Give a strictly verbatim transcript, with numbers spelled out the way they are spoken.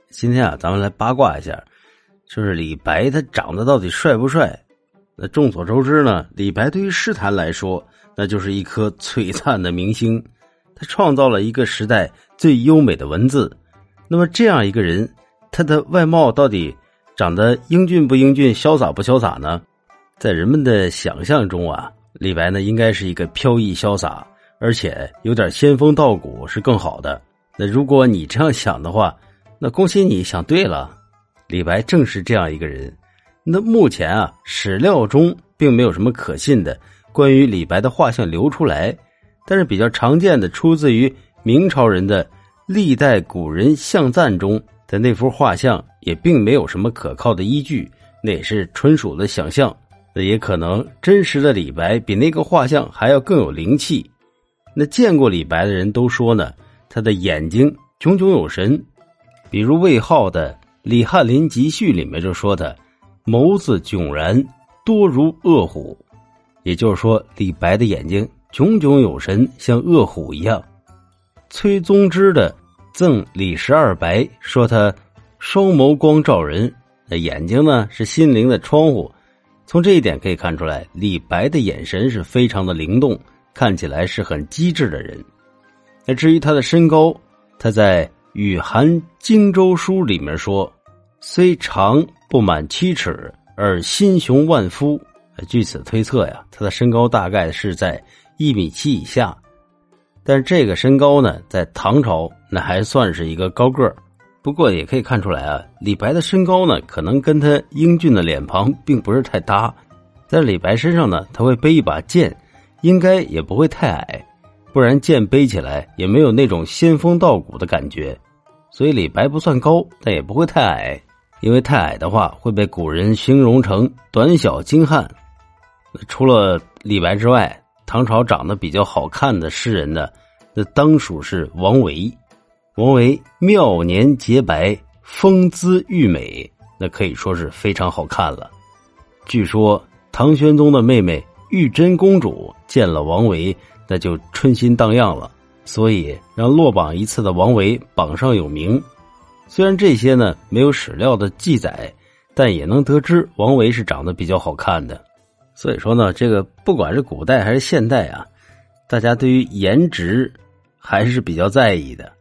今天啊，咱们来八卦一下，就是李白他长得到底帅不帅？那众所周知呢，李白对于诗坛来说，那就是一颗璀璨的明星，他创造了一个时代最优美的文字。那么这样一个人，他的外貌到底长得英俊不英俊，潇洒不潇洒呢？在人们的想象中啊，李白呢应该是一个飘逸潇洒，而且有点仙风道骨是更好的。那如果你这样想的话，那恭喜你想对了，李白正是这样一个人。那目前啊，史料中并没有什么可信的关于李白的画像流出来，但是比较常见的出自于明朝人的历代古人像赞中的那幅画像，也并没有什么可靠的依据，那也是纯属的想象。那也可能真实的李白比那个画像还要更有灵气。那见过李白的人都说呢，他的眼睛炯炯有神，比如魏浩的《李翰林集序》里面就说他眸子炯然，多如恶虎，也就是说李白的眼睛炯炯有神，像恶虎一样。崔宗之的《赠李十二白》说他双眸光照人，那眼睛呢是心灵的窗户。从这一点可以看出来，李白的眼神是非常的灵动，看起来是很机智的人。那至于他的身高，他在《与韩荆州书》里面说，虽长不满七尺，而心雄万夫。据此推测呀，他的身高大概是在一米七以下。但是这个身高呢，在唐朝那还算是一个高个儿。不过也可以看出来啊，李白的身高呢，可能跟他英俊的脸庞并不是太搭。在李白身上呢，他会背一把剑，应该也不会太矮，不然剑背起来也没有那种仙风道骨的感觉。所以李白不算高，但也不会太矮，因为太矮的话会被古人形容成短小精悍。除了李白之外，唐朝长得比较好看的诗人呢，那当属是王维。王维妙年洁白，风姿玉美，那可以说是非常好看了。据说唐玄宗的妹妹玉真公主见了王维，那就春心荡漾了，所以让落榜一次的王维榜上有名。虽然这些呢没有史料的记载，但也能得知王维是长得比较好看的。所以说呢，这个不管是古代还是现代啊，大家对于颜值还是比较在意的。